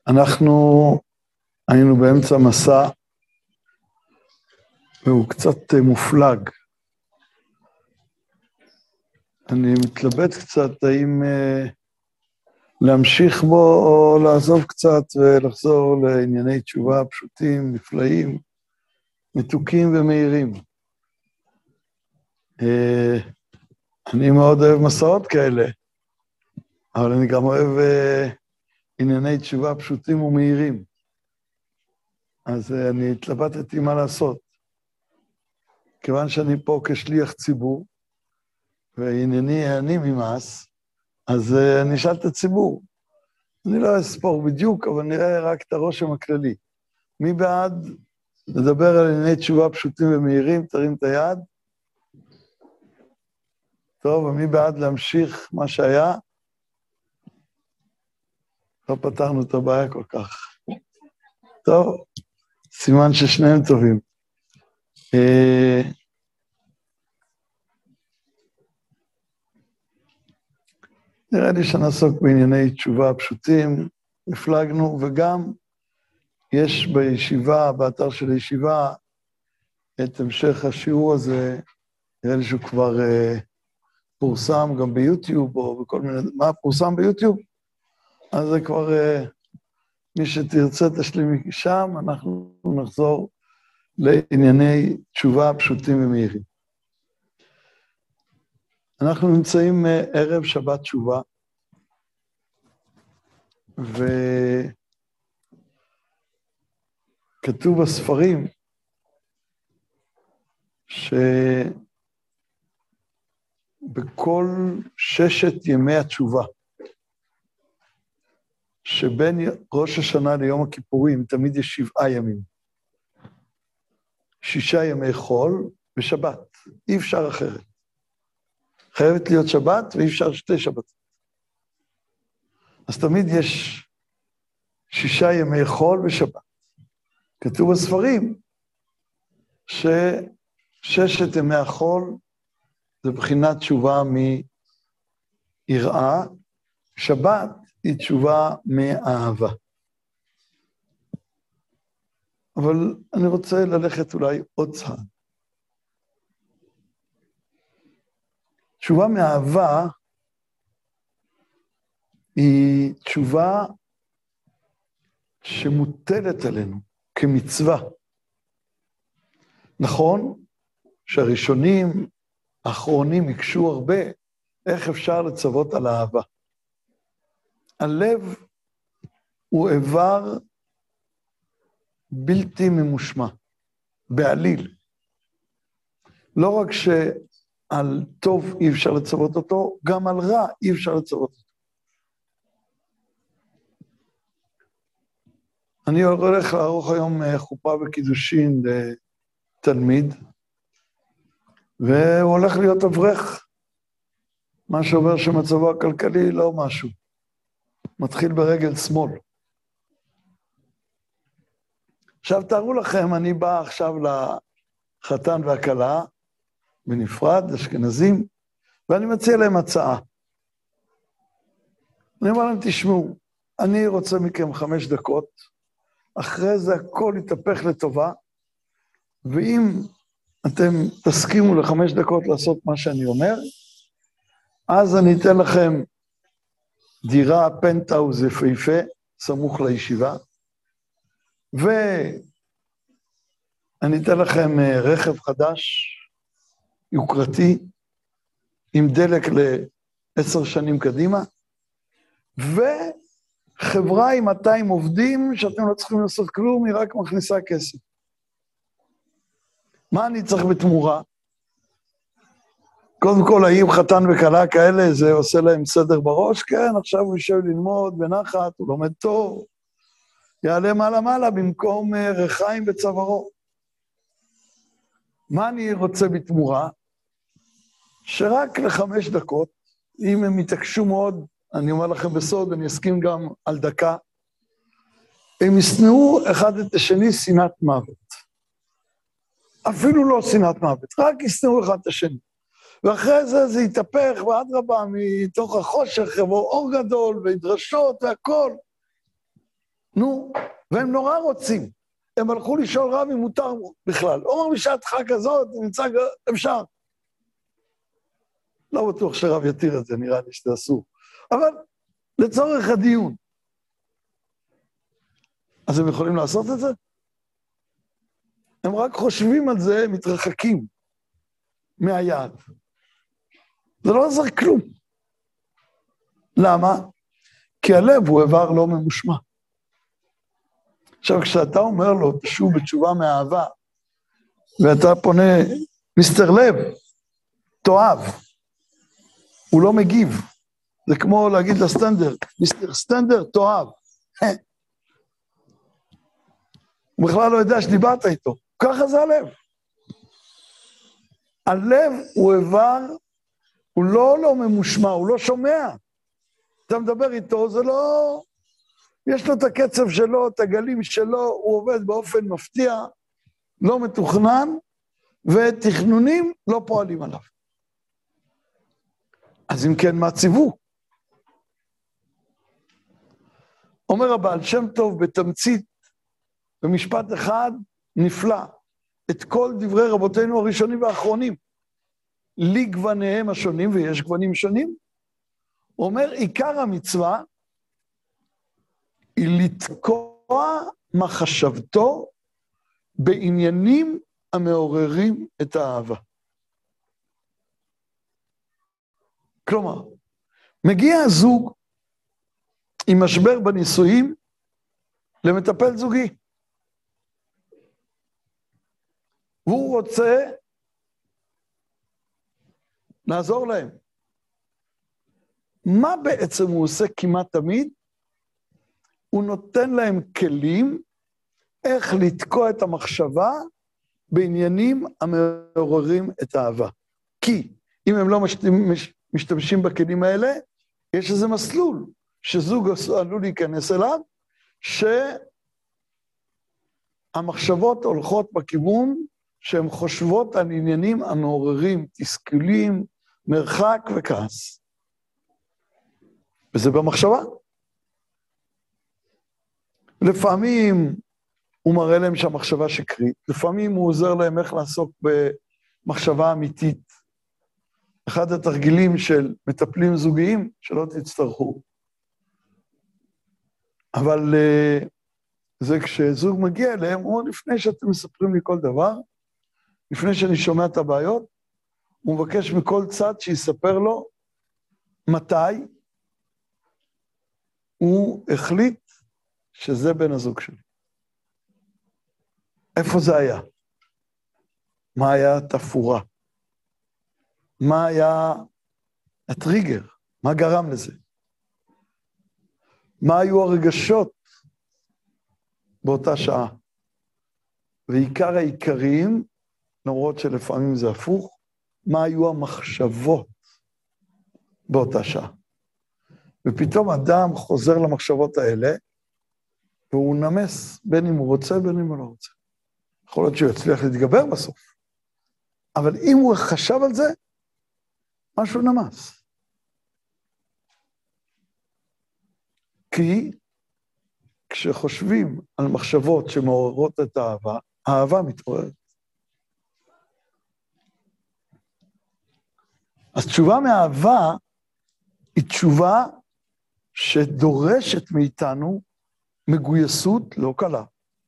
אנחנו היינו באמצע מסע, והוא קצת מופלג. אני מתלבט קצת האם להמשיך בו או לעזוב קצת ולחזור לענייני תשובה פשוטים, נפלאים, מתוקים ומהירים. אני מאוד אוהב מסעות כאלה, אבל אני גם אוהב ענייני תשובה פשוטים ומהירים. אז אני התלבטתי מה לעשות. כיוון שאני פה כשליח ציבור, וענייני אני ממס, אז אני אשאל את הציבור. אני לא אספור בדיוק, אבל נראה רק את הרושם הכללי. מי בעד לדבר על ענייני תשובה פשוטים ומהירים? תרים את היד. טוב, ומי בעד להמשיך מה שהיה? לא פתרנו את הבעיה כל כך. טוב, סימן ששניהם טובים. נראה לי שנעסוק בענייני תשובה פשוטים, הפלגנו, וגם יש בישיבה, באתר של הישיבה, את המשך השיעור הזה, נראה לי שהוא כבר פורסם גם ביוטיוב, או בכל מיני, מה פורסם ביוטיוב? אז זה כבר, מי שתרצה תשלים שם, אנחנו נחזור לענייני תשובה פשוטים ומהירים. אנחנו נמצאים ערב שבת תשובה, וכתוב בספרים שבכל 6 ימי התשובה, שבין ראש השנה ליום הכיפורים תמיד יש 7 ימים. 6 ימי חול ושבת, אי אפשר אחרת. חייבת להיות שבת ואי אפשר 2 שבתות. אז תמיד יש 6 ימי חול ושבת. כתוב בספרים ש6 ימי החול זה בחינת תשובה מיראה, שבת היא תשובה מאהבה. אבל אני רוצה ללכת אולי עוד צעד. תשובה מאהבה היא תשובה שמוטלת עלינו כמצווה. נכון שהראשונים, האחרונים, הקשו הרבה איך אפשר לצוות על אהבה. הלב הוא איבר בלתי ממושמע, בעליל. לא רק שעל טוב אי אפשר לצוות אותו, גם על רע אי אפשר לצוות אותו. אני הולך לערוך היום חופה וקידושין לתלמיד, והוא הולך להיות אברך. מה שאומר שמצבו הכלכלי לא משהו. מתחיל ברגל שמאל. עכשיו תארו לכם, אני בא עכשיו לחתן והכלה, בנפרד, אשכנזים, ואני מציע להם הצעה. אני אומר להם, תשמעו, אני רוצה מכם 5 דקות, אחרי זה הכל יתהפך לטובה, ואם אתם תסכימו ל5 דקות לעשות מה שאני אומר, אז אני אתן לכם דירה פנטהאוז יפהפה, סמוך לישיבה, ואני אתן לכם רכב חדש, יוקרתי, עם דלק ל10 שנים קדימה, וחברה עם 200 עובדים שאתם לא צריכים לעשות כלום, היא רק מכניסה כסף. מה אני צריך בתמורה? קודם כל, האם חתן וכלה כאלה, זה עושה להם סדר בראש? כן, עכשיו הוא יושב ללמוד בנחת, הוא לומד טוב, יעלה מעלה במקום רחיים בצווארו. מה אני רוצה בתמורה? שרק ל5 דקות, אם הם יתעקשו מאוד, אני אומר לכם בסוד, אני אסכים גם על דקה, הם ישנאו אחד את השני שנאת מוות. אפילו לא שנאת מוות, רק ישנאו אחד את השני. ואחרי זה יתהפך, ואדרבה, מתוך החושך יבוא אור גדול, ודרשות והכל. נו, והם נורא רוצים. הם הלכו לשאול רב אם מותר בכלל. אומר בשעתך כזאת, נמצא אפשר. לא בטוח שרב יתיר את זה, נראה לי שזה אסור. אבל לצורך הדיון. אז הם יכולים לעשות את זה? הם רק חושבים על זה, מתרחקים מהיעד. זה לא עזר כלום. למה? כי הלב הוא איבר לא ממושמע. עכשיו, כשאתה אומר לו, תשוב בתשובה מהאהבה, ואתה פונה, מיסטר לב, תאהב, הוא לא מגיב. זה כמו להגיד לסטנדר, מיסטר סטנדר, תאהב. הוא בכלל לא יודע שדיברת איתו. ככה זה הלב. הלב הוא איבר, הוא לא ממושמע, הוא לא שומע. אתה מדבר איתו, זה לא... יש לו את הקצב שלו, את הגלים שלו, הוא עובד באופן מפתיע, לא מתוכנן, ותכנונים לא פועלים עליו. אז אם כן, מה ציוו? אומר הבעל שם טוב בתמצית, במשפט אחד נפלא, את כל דברי רבותינו הראשונים והאחרונים, לגווניהם השונים, ויש גוונים שונים, הוא אומר, עיקר המצווה, היא לתקוע מחשבתו בעניינים המעוררים את האהבה. כלומר, מגיע הזוג עם משבר בנישואים למטפל זוגי. והוא רוצה לעזור להם. מה בעצם הוא עושה כמעט תמיד? הוא נותן להם כלים איך לתקוע את המחשבה בעניינים המעוררים את האהבה. כי אם הם לא משתמשים בכלים האלה, יש איזה מסלול שזוג עלול להיכנס אליו, שהמחשבות הולכות בכיוון שהן חושבות על עניינים המעוררים, תסכולים, מרחק וכעס. וזה במחשבה. לפעמים הוא מראה להם שהמחשבה שקרית, לפעמים הוא עוזר להם איך לעסוק במחשבה אמיתית. אחד התרגילים של מטפלים זוגיים, שלא תצטרכו. אבל זה כשזוג מגיע אליהם, הוא לפני שאתם מספרים לי כל דבר, לפני שאני שומע את הבעיות, הוא מבקש מכל צד שיספר לו מתי הוא החליט שזה בן הזוג שלי. איפה זה היה? מה היה התפאורה? מה היה הטריגר? מה גרם לזה? מה היו הרגשות באותה שעה? ועיקר העיקריים, למרות שלפעמים זה הפוך, מה היו המחשבות באותה שעה? ופתאום אדם חוזר למחשבות האלה, והוא נמס בין אם הוא רוצה, בין אם הוא לא רוצה. יכול להיות שהוא יצליח להתגבר בסוף. אבל אם הוא חשב על זה, משהו נמס. כי כשחושבים על מחשבות שמעוררות את האהבה, האהבה מתעוררת. אז תשובה מאהבה היא תשובה שדורשת מאיתנו מגויסות לא קלה.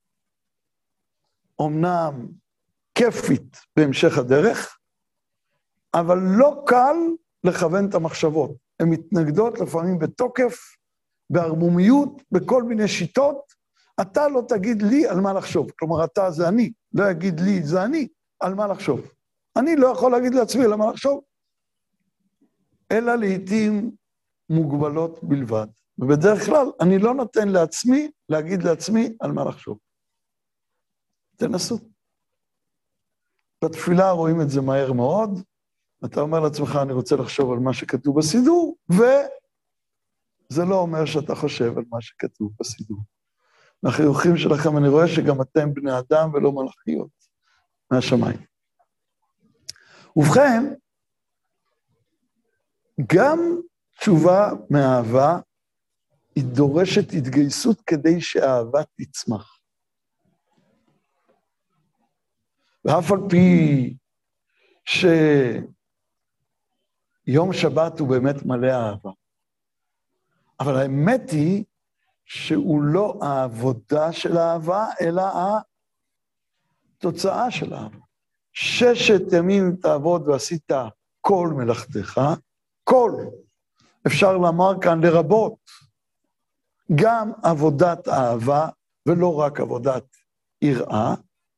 אמנם כיפית בהמשך הדרך, אבל לא קל לכוון את המחשבות. הן מתנגדות לפעמים בתוקף, בהרמומיות, בכל מיני שיטות. אתה לא תגיד לי על מה לחשוב. כלומר, אתה זה אני, לא יגיד לי זה אני, על מה לחשוב. אני לא יכול להגיד לעצמי על מה לחשוב, אלא לעתים מוגבלות בלבד. ובדרך כלל אני לא נותן לעצמי להגיד לעצמי על מה לחשוב. תנסו. בתפילה רואים את זה מהר מאוד, אתה אומר לעצמך, אני רוצה לחשוב על מה שכתוב בסידור, וזה לא אומר שאתה חושב על מה שכתוב בסידור. מהחיוכים שלכם אני רואה שגם אתם בני אדם ולא מלאכיות מהשמיים. ובכן, גם תשובה מאהבה היא דורשת התגייסות כדי שהאהבה תצמח. ואף על פי שיום שבת הוא באמת מלא אהבה, אבל האמת היא שהוא לא העבודה של האהבה, אלא התוצאה של האהבה. 6 ימים תעבוד ועשית כל מלאכתך, כל, אפשר לומר כאן לרבות, גם עבודת אהבה, ולא רק עבודת יראה,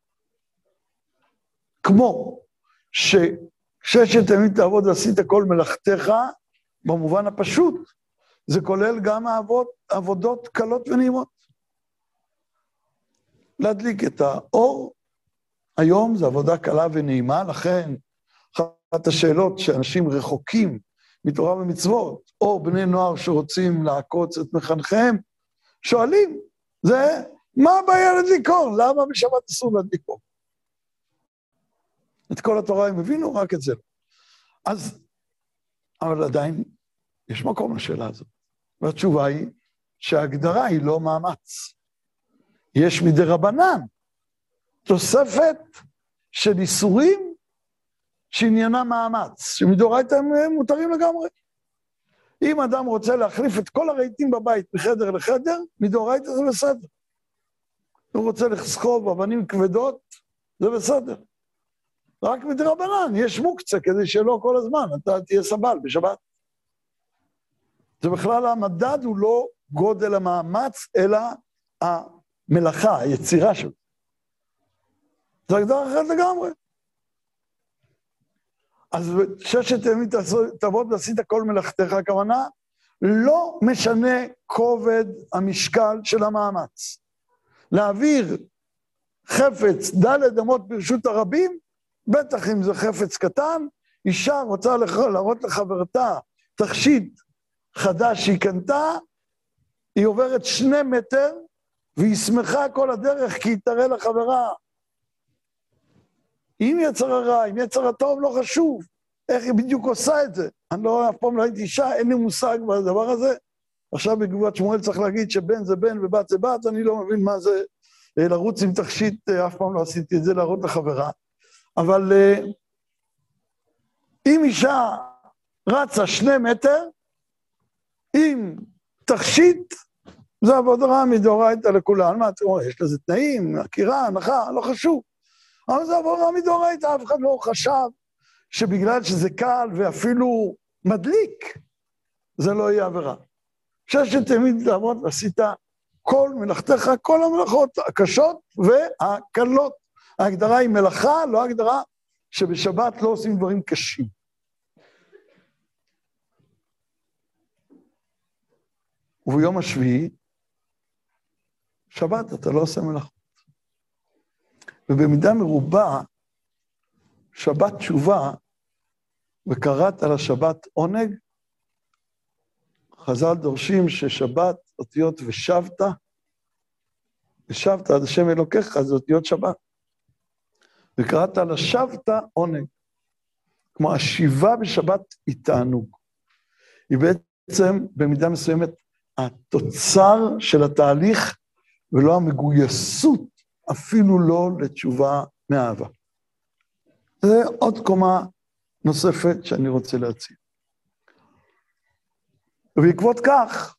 כמו ש6 ימים תעבוד ועשית כל מלאכתך, במובן הפשוט, זה כולל גם עבודות קלות ונעימות. להדליק את האור, היום זו עבודה קלה ונעימה, לכן אחת השאלות שאנשים רחוקים מתורה ומצוות, או בני נוער שרוצים לעקוץ את מחנכיהם, שואלים, זה מה הבעיה להדליק אור? למה בשבת אסור להדליק אור? את כל התורה הם הבינו, רק את זה. אז, אבל עדיין יש מקום לשאלה הזאת. והתשובה היא שההגדרה היא לא מאמץ. יש מדי רבנן תוספת של איסורים שעניינה מאמץ, שמדאורייתא הם מותרים לגמרי. אם אדם רוצה להחליף את כל הרהיטים בבית מחדר לחדר, מדאורייתא זה בסדר. הוא רוצה לסחוב אבנים כבדות, זה בסדר. רק מדי רבנן יש מוקצה כדי שלא כל הזמן, אתה תהיה סבל בשבת. זה בכלל המדד הוא לא גודל המאמץ, אלא המלאכה, היצירה שלו. זה הגדרה אחרת לגמרי. אז 6 ימים תעבוד ועשית כל מלאכתך, הכוונה, לא משנה כובד המשקל של המאמץ. להעביר חפץ ד' אמות ברשות הרבים, בטח אם זה חפץ קטן, אישה רוצה להראות לחברתה תכשיט חדש שהיא קנתה, היא עוברת 2 מטר, והיא שמחה כל הדרך כי היא תראה לחברה. אם יצר הרע, אם יצר הטוב, לא חשוב. איך היא בדיוק עושה את זה? אני לא, אף פעם לא הייתי אישה, אין לי מושג בדבר הזה. עכשיו בגבעת שמואל צריך להגיד שבן זה בן ובת זה בת, אני לא מבין מה זה לרוץ עם תכשיט, אף פעם לא עשיתי את זה, להראות לחברה. אבל אם אישה רצה 2 מטר, עם תכשיט, זה עבודה מדאורייתא לכולם. מה אתה אומר? יש לזה תנאים, הכירה, הנחה, לא חשוב. אבל זה עבודה מדאורייתא, אף אחד לא חשב שבגלל שזה קל ואפילו מדליק, זה לא יהיה עבירה. 6 ימים תעבוד ועשית כל מלאכתך, כל המלאכות הקשות והקלות. ההגדרה היא מלאכה, לא הגדרה שבשבת לא עושים דברים קשים. וביום השביעי, שבת אתה לא עושה מלאכות. ובמידה מרובה, שבת תשובה, וקראת על השבת עונג, חז"ל דורשים ששבת אותיות ושבת, ושבת עד השם אלוקיך, זה אותיות שבת. וקראת על השבת עונג. כמו השיבה בשבת היא תענוג. היא בעצם במידה מסוימת התוצר של התהליך, ולא המגויסות, אפילו לא לתשובה מאהבה. זה עוד קומה נוספת שאני רוצה להציע. ובעקבות כך,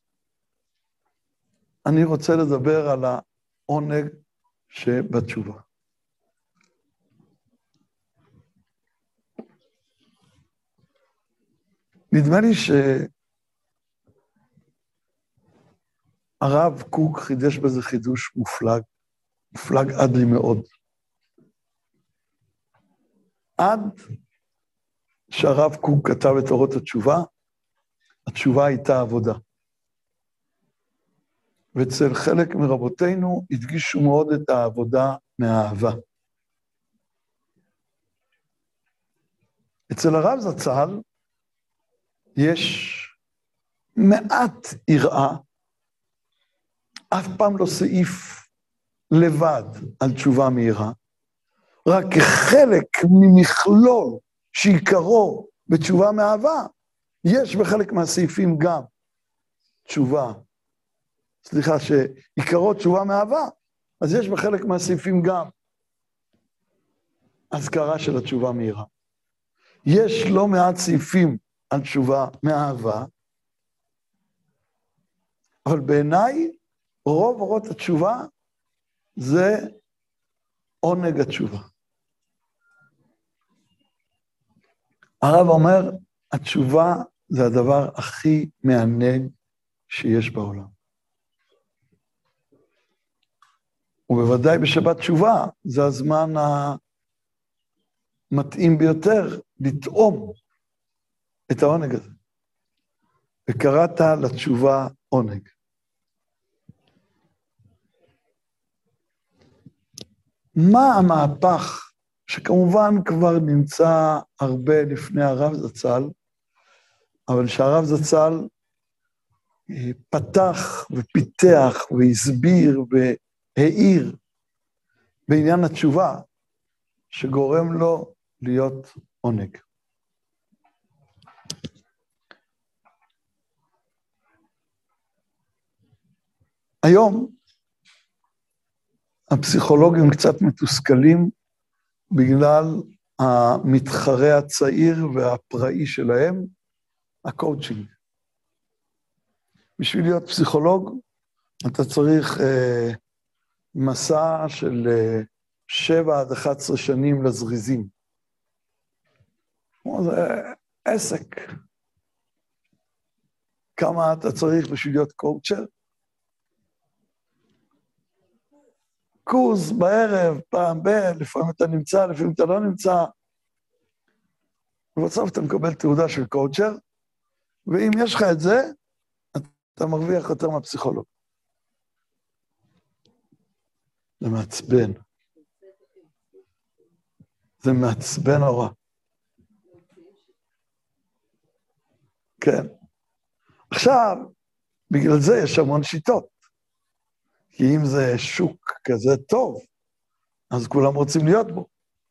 אני רוצה לדבר על העונג שבתשובה. נדמה לי שהרב קוק חידש בזה חידוש מופלג, מופלג עד לי מאוד. עד שהרב קוק כתב את אורות התשובה, התשובה הייתה עבודה. ואצל חלק מרבותינו הדגישו מאוד את העבודה מהאהבה. אצל הרב זצ"ל יש מעט יראה, אף פעם לא סעיף לבד על תשובה מהירה, רק כחלק ממכלול שעיקרו בתשובה מאהבה, יש בחלק מהסעיפים גם תשובה סליחה, שעיקרו תשובה מאהבה, אז יש בחלק מהסעיפים גם הזכרה של התשובה מהירה. יש לא מעט סעיפים על תשובה מאהבה, אבל בעיניי רוב אורות התשובה זה עונג התשובה. הרב אומר, התשובה זה הדבר הכי מענג שיש בעולם. ובוודאי בשבת תשובה, זה הזמן המתאים ביותר לטעום את העונג הזה. וקראת לתשובה עונג. מה המהפך, שכמובן כבר נמצא הרבה לפני הרב זצ"ל, אבל שהרב זצ"ל פתח ופיתח והסביר והעיר בעניין התשובה, שגורם לו להיות עונג. היום הפסיכולוגים קצת מתוסכלים בגלל המתחרה הצעיר והפראי שלהם, הקואוצ'ינג. בשביל להיות פסיכולוג, אתה צריך מסע של 7 עד 11 שנים לזריזים. זה עסק. כמה אתה צריך בשביל להיות קואוצ'ר? קורס בערב, פעם לפעמים אתה נמצא, לפעמים אתה לא נמצא. ובסוף אתה מקבל תעודה של קואוצ'ר, ואם יש לך את זה, אתה מרוויח יותר מהפסיכולוג. זה מעצבן. זה מעצבן נורא. כן. עכשיו, בגלל זה יש המון שיטות. כי אם זה שוק כזה טוב, אז כולם רוצים להיות בו.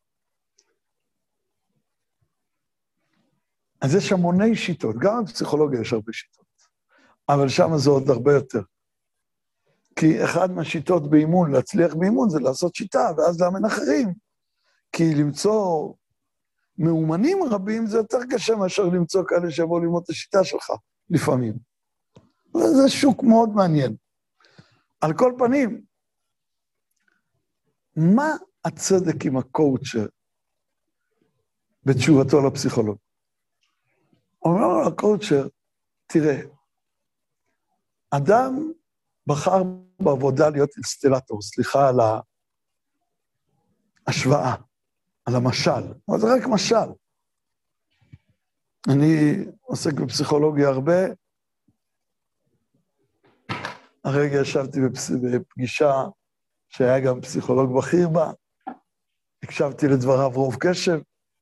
אז יש המוני שיטות, גם בפסיכולוגיה יש הרבה שיטות, אבל שם זה עוד הרבה יותר. כי אחד מהשיטות באימון, להצליח באימון, זה לעשות שיטה, ואז לאמן אחרים. כי למצוא מאומנים רבים, זה יותר קשה מאשר למצוא כאלה שיבואו ללמוד את השיטה שלך, לפעמים. וזה שוק מאוד מעניין. על כל פנים, מה הצדק עם הקואוצ'ר בתשובתו לפסיכולוג? אומר לו הקואוצ'ר, תראה, אדם בחר בעבודה להיות אינסטלטור, סליחה על ההשוואה, על המשל, אבל זה רק משל. אני עוסק בפסיכולוגיה הרבה, הרגע ישבתי בפגישה שהיה גם פסיכולוג בכיר בה, הקשבתי לדבריו רוב קשב,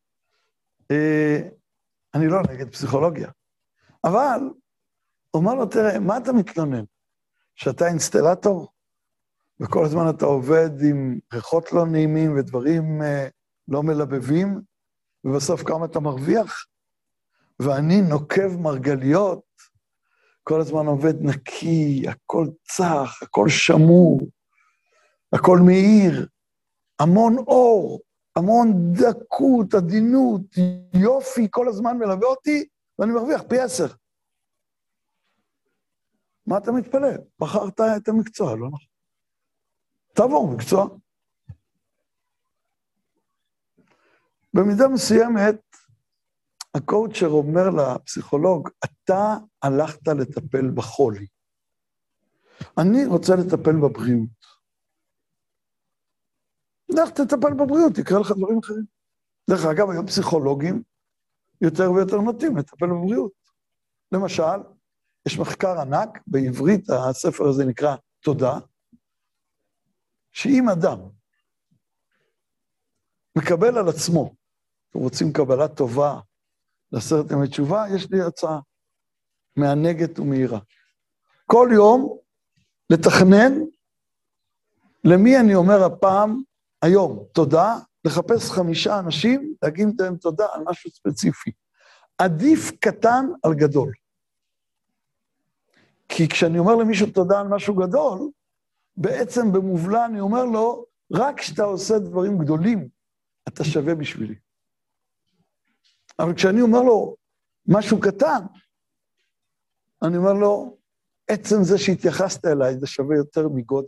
אני לא נגד פסיכולוגיה, אבל אומר לו, תראה, מה אתה מתלונן? שאתה אינסטלטור, וכל הזמן אתה עובד עם ריחות לא נעימים ודברים לא מלבבים, ובסוף כמה אתה מרוויח? ואני נוקב מרגליות, כל הזמן עובד נקי, הכל צח, הכל שמור, הכל מאיר, המון אור, המון דקות, עדינות, יופי, כל הזמן מלווה אותי, ואני מרוויח פי 10. מה אתה מתפלא? בחרת את המקצוע, לא נכון? תעבור מקצוע. במידה מסוימת, הקואוצ'ר אומר לפסיכולוג, אתה הלכת לטפל בחולי. אני רוצה לטפל בבריאות. לך תטפל בבריאות, יקרא לך דברים אחרים. דרך אגב, היום פסיכולוגים יותר ויותר נוטים לטפל בבריאות. למשל, יש מחקר ענק, בעברית הספר הזה נקרא תודה, שאם אדם מקבל על עצמו, אתם רוצים קבלה טובה, ל10 ימי תשובה, יש לי הצעה מענגת ומהירה. כל יום לתכנן למי אני אומר הפעם, היום, תודה, לחפש 5 אנשים, להגיד להם תודה על משהו ספציפי. עדיף קטן על גדול. כי כי כשאני אומר למישהו תודה על משהו גדול, בעצם במובלע אני אומר לו, רק כשאתה עושה דברים גדולים, אתה שווה בשבילי. אבל כשאני אומר לו משהו קטן, אני אומר לו, עצם זה שהתייחסת אליי, זה שווה יותר מגודל.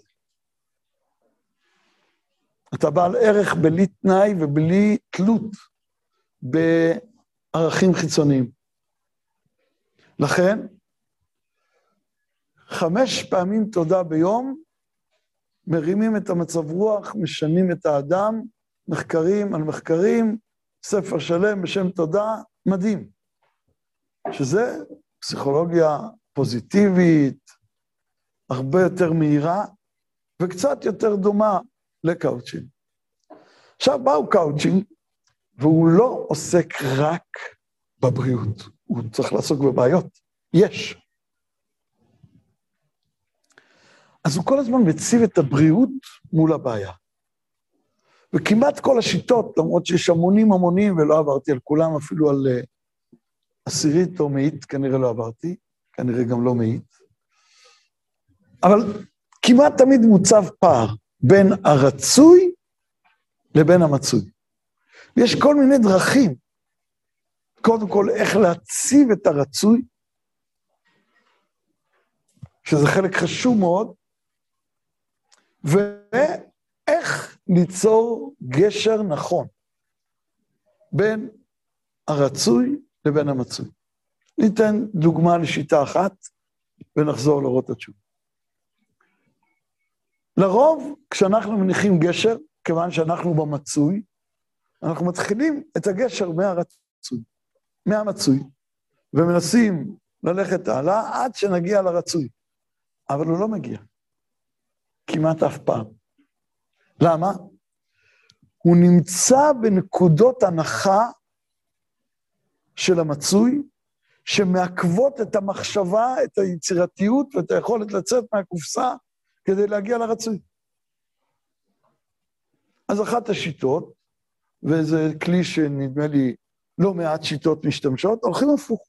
אתה בעל ערך בלי תנאי ובלי תלות בערכים חיצוניים. לכן, 5 פעמים תודה ביום, מרימים את המצב רוח, משנים את האדם, מחקרים על מחקרים, ספר שלם בשם תודה, מדהים. שזה פסיכולוגיה פוזיטיבית, הרבה יותר מהירה, וקצת יותר דומה לקאוצ'ינג. עכשיו באו קאוצ'ינג, והוא לא עוסק רק בבריאות, הוא צריך לעסוק בבעיות. יש. אז הוא כל הזמן מציב את הבריאות מול הבעיה. וכמעט כל השיטות, למרות שיש המונים, ולא עברתי על כולם, אפילו על 10 או 100, כנראה לא עברתי, כנראה גם לא 100. אבל כמעט תמיד מוצב פער בין הרצוי לבין המצוי. ויש כל מיני דרכים, קודם כל איך להציב את הרצוי, שזה חלק חשוב מאוד, ואיך ליצור גשר נכון בין הרצוי לבין המצוי. ניתן דוגמה לשיטה אחת, ונחזור לראות את התשובה. לרוב, כשאנחנו מניחים גשר, כיוון שאנחנו במצוי, אנחנו מתחילים את הגשר מהמצוי, ומנסים ללכת הלאה עד שנגיע לרצוי. אבל הוא לא מגיע. כמעט אף פעם. למה? הוא נמצא בנקודות הנחה של המצוי, שמעכבות את המחשבה, את היצירתיות, ואת היכולת לצאת מהקופסה, כדי להגיע לרצוי. אז אחת השיטות, וזה כלי שנדמה לי לא מעט שיטות משתמשות, הולכים הפוך.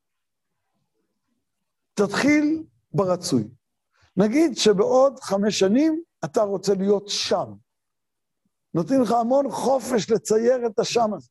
תתחיל ברצוי. נגיד שבעוד 5 שנים אתה רוצה להיות שם. נותנים לך המון חופש לצייר את השם הזה.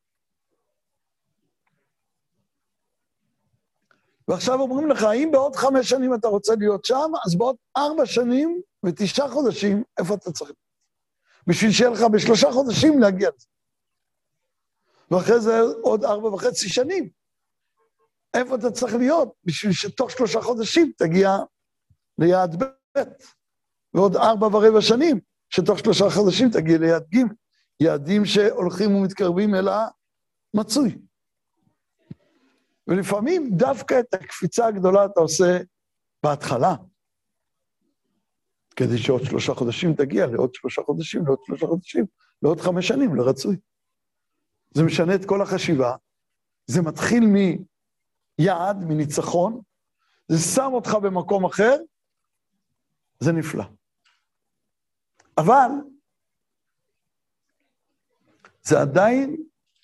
ועכשיו אומרים לך, אם בעוד 5 שנים אתה רוצה להיות שם, אז בעוד 4 שנים ו9 חודשים, איפה אתה צריך? בשביל שיהיה לך ב3 חודשים להגיע לזה. ואחרי זה עוד 4.5 שנים. איפה אתה צריך להיות? בשביל שתוך 3 חודשים תגיע ליעד ב', ועוד 4.25 שנים, שתוך 3 חודשים תגיע ליעד ג', יעדים שהולכים ומתקרבים אל המצוי. ולפעמים דווקא את הקפיצה הגדולה אתה עושה בהתחלה, כדי שעוד 3 חודשים תגיע לעוד 3 חודשים, לעוד 3 חודשים, לעוד 5 שנים לרצוי. זה משנה את כל החשיבה, זה מתחיל מיעד, מניצחון, זה שם אותך במקום אחר, זה נפלא. אבל זה עדיין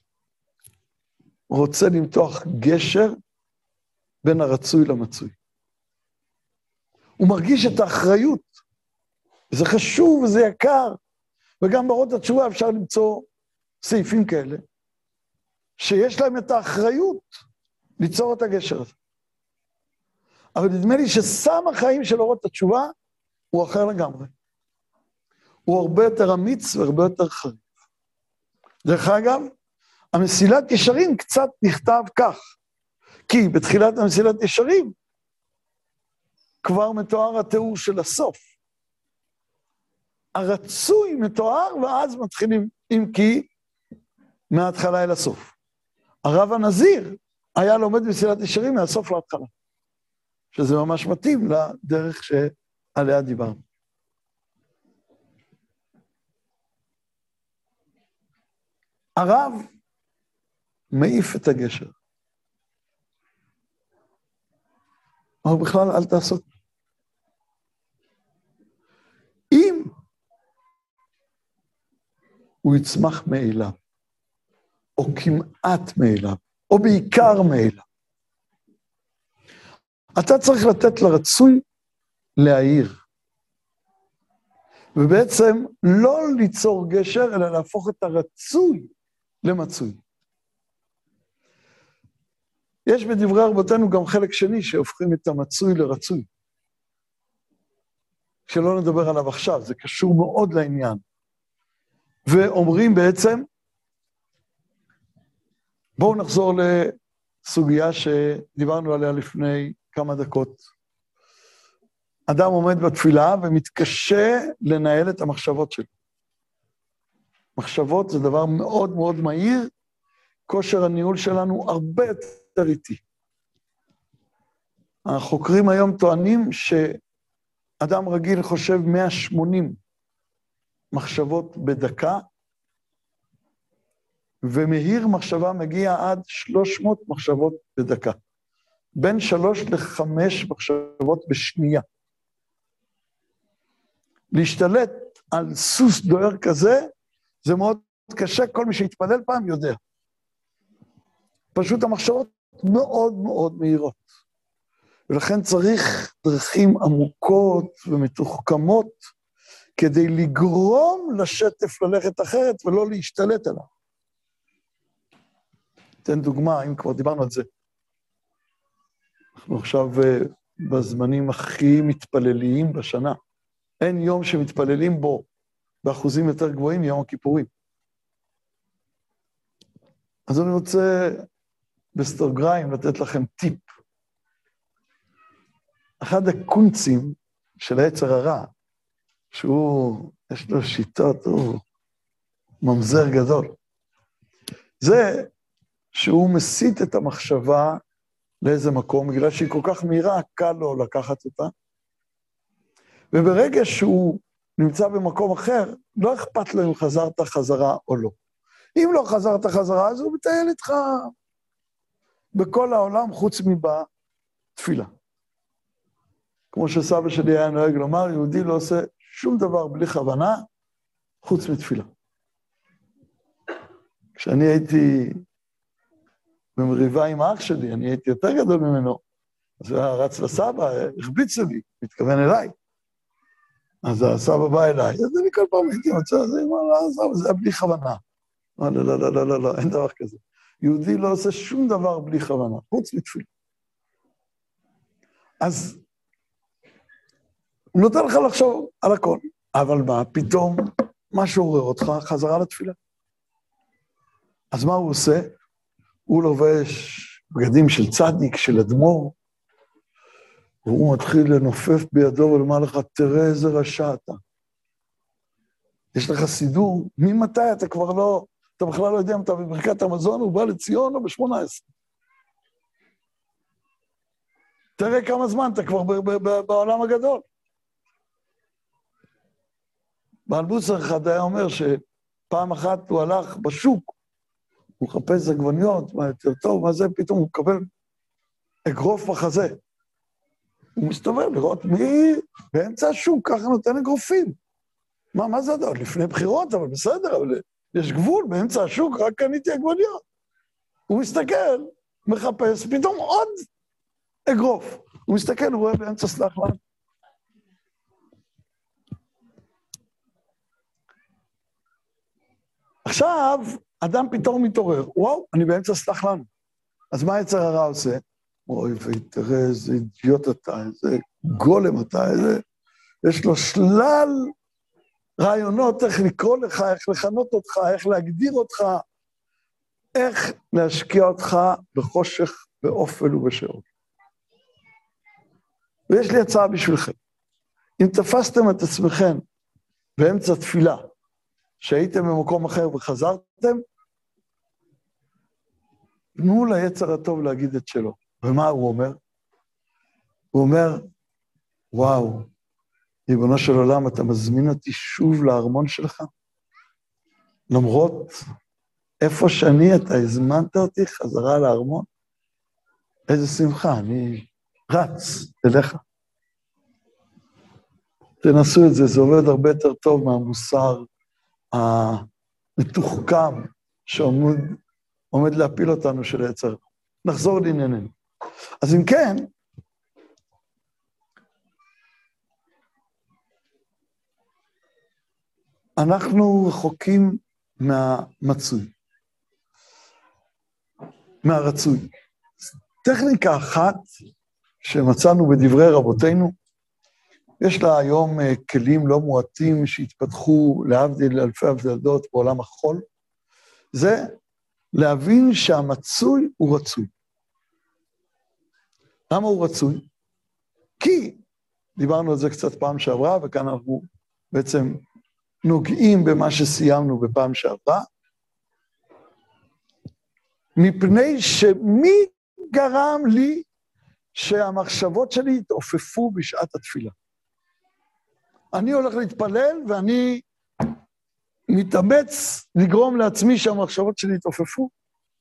רוצה למתוח גשר בין הרצוי למצוי. הוא מרגיש את האחריות, זה חשוב וזה יקר, וגם באות התשובה אפשר למצוא סעיפים כאלה, שיש להם את האחריות ליצור את הגשר הזה. אבל נדמה לי שסם החיים של אורות התשובה הוא אחר לגמרי. הוא הרבה יותר אמיץ והרבה יותר חריף. דרך אגב, המסילת ישרים קצת נכתב כך, כי בתחילת המסילת ישרים כבר מתואר התיאור של הסוף. הרצוי מתואר ואז מתחילים, אם כי מההתחלה אל הסוף. הרב הנזיר היה לומד מסילת ישרים מהסוף להתחלה, שזה ממש מתאים לדרך שעליה דיברנו. הרב מעיף את הגשר. אבל בכלל אל תעסוק. אם הוא יצמח מאליו, או כמעט מאליו, או בעיקר מאליו, אתה צריך לתת לרצוי להעיר. ובעצם לא ליצור גשר, אלא להפוך את הרצוי למצוי. יש בדברי רבותינו גם חלק שני שהופכים את המצוי לרצוי. שלא נדבר עליו עכשיו, זה קשור מאוד לעניין. ואומרים בעצם, בואו נחזור לסוגיה שדיברנו עליה לפני כמה דקות. אדם עומד בתפילה ומתקשה לנהל את המחשבות שלו. מחשבות זה דבר מאוד מאוד מהיר, כושר הניהול שלנו הרבה יותר איטי. החוקרים היום טוענים שאדם רגיל חושב 180 מחשבות בדקה, ומהיר מחשבה מגיע עד 300 מחשבות בדקה. בין 3 ל-5 מחשבות בשנייה. להשתלט על סוס דוהר כזה, זה מאוד קשה, כל מי שהתפלל פעם יודע. פשוט המחשבות מאוד מאוד מהירות. ולכן צריך דרכים עמוקות ומתוחכמות, כדי לגרום לשטף ללכת אחרת ולא להשתלט עליו. אתן דוגמה, אם כבר דיברנו על זה. אנחנו עכשיו בזמנים הכי מתפלליים בשנה. אין יום שמתפללים בו באחוזים יותר גבוהים מיום הכיפורים. אז אני רוצה בסטוגריים לתת לכם טיפ. אחד הקונצים של היצר הרע, שהוא, יש לו שיטות, הוא ממזר גדול. זה שהוא מסית את המחשבה לאיזה מקום, בגלל שהיא כל כך מהירה, קל לו לקחת אותה. וברגע שהוא נמצא במקום אחר, לא אכפת לו אם חזרת חזרה או לא. אם לא חזרת חזרה, אז הוא מטייל איתך בכל העולם, חוץ מבתפילה. כמו שסבא שלי היה נוהג לומר, יהודי לא עושה שום דבר בלי כוונה, חוץ מתפילה. כשאני הייתי במריבה עם האח שלי, אני הייתי יותר גדול ממנו, אז הוא היה רץ לסבא, החביץ לי, מתכוון אליי. אז הסבא בא אליי, אז אני כל פעם הייתי מצא, אז אני אומר, זה היה בלי כוונה. לא, לא, לא, לא, לא, לא, אין דבר כזה. יהודי לא עושה שום דבר בלי כוונה, חוץ מתפילה. אז הוא נותן לך לחשוב על הכל, אבל מה, פתאום מה שעורר אותך, חזרה לתפילה. אז מה הוא עושה? הוא לובש בגדים של צדיק, של אדמו"ר, והוא מתחיל לנופף בידו ולומר לך, תראה איזה רשע אתה. יש לך סידור, ממתי אתה כבר לא, אתה בכלל לא יודע אם אתה בברכת המזון, הוא בא לציון או ב-18. תראה כמה זמן אתה כבר בעולם הגדול. בעל בוסר אחד היה אומר שפעם אחת הוא הלך בשוק, הוא מחפש עגבניות, מה יותר טוב, מה זה, פתאום הוא מקבל אגרוף בחזה. הוא מסתובב לראות מי באמצע השוק, ככה נותן אגרופים. מה זה עוד? לפני בחירות, אבל בסדר, אבל יש גבול, באמצע השוק רק קניתי עגבניות. הוא מסתכל, מחפש, פתאום עוד אגרוף. הוא מסתכל, הוא רואה באמצע סלח לנו. עכשיו, אדם פתאום מתעורר, וואו, אני באמצע סלח לנו. אז מה יצר הרע עושה? אוי, ותראה איזה אידיוט אתה, איזה גולם אתה, איזה... יש לו שלל רעיונות איך לקרוא לך, איך לכנות אותך, איך להגדיר אותך, איך להשקיע אותך בחושך, באופל ובשאול. ויש לי הצעה בשבילכם. אם תפסתם את עצמכם באמצע תפילה, שהייתם במקום אחר וחזרתם, תנו ליצר הטוב להגיד את שלו. ומה הוא אומר? הוא אומר, וואו, ריבונו של עולם, אתה מזמין אותי שוב לארמון שלך? למרות איפה שאני, אתה הזמנת אותי חזרה לארמון? איזה שמחה, אני רץ אליך. תנסו את זה, זה עובד הרבה יותר טוב מהמוסר המתוחכם שעומד להפיל אותנו של היצר. נחזור לענייננו. אז אם כן, אנחנו רחוקים מהמצוי, מהרצוי. טכניקה אחת שמצאנו בדברי רבותינו, יש לה היום כלים לא מועטים שהתפתחו להבדיל אלפי הבדלות בעולם החול, זה להבין שהמצוי הוא רצוי. למה הוא רצוי? כי, דיברנו על זה קצת פעם שעברה, וכאן אנחנו בעצם נוגעים במה שסיימנו בפעם שעברה, מפני שמי גרם לי שהמחשבות שלי התעופפו בשעת התפילה. אני הולך להתפלל ואני מתאמץ לגרום לעצמי שהמחשבות שלי התעופפו.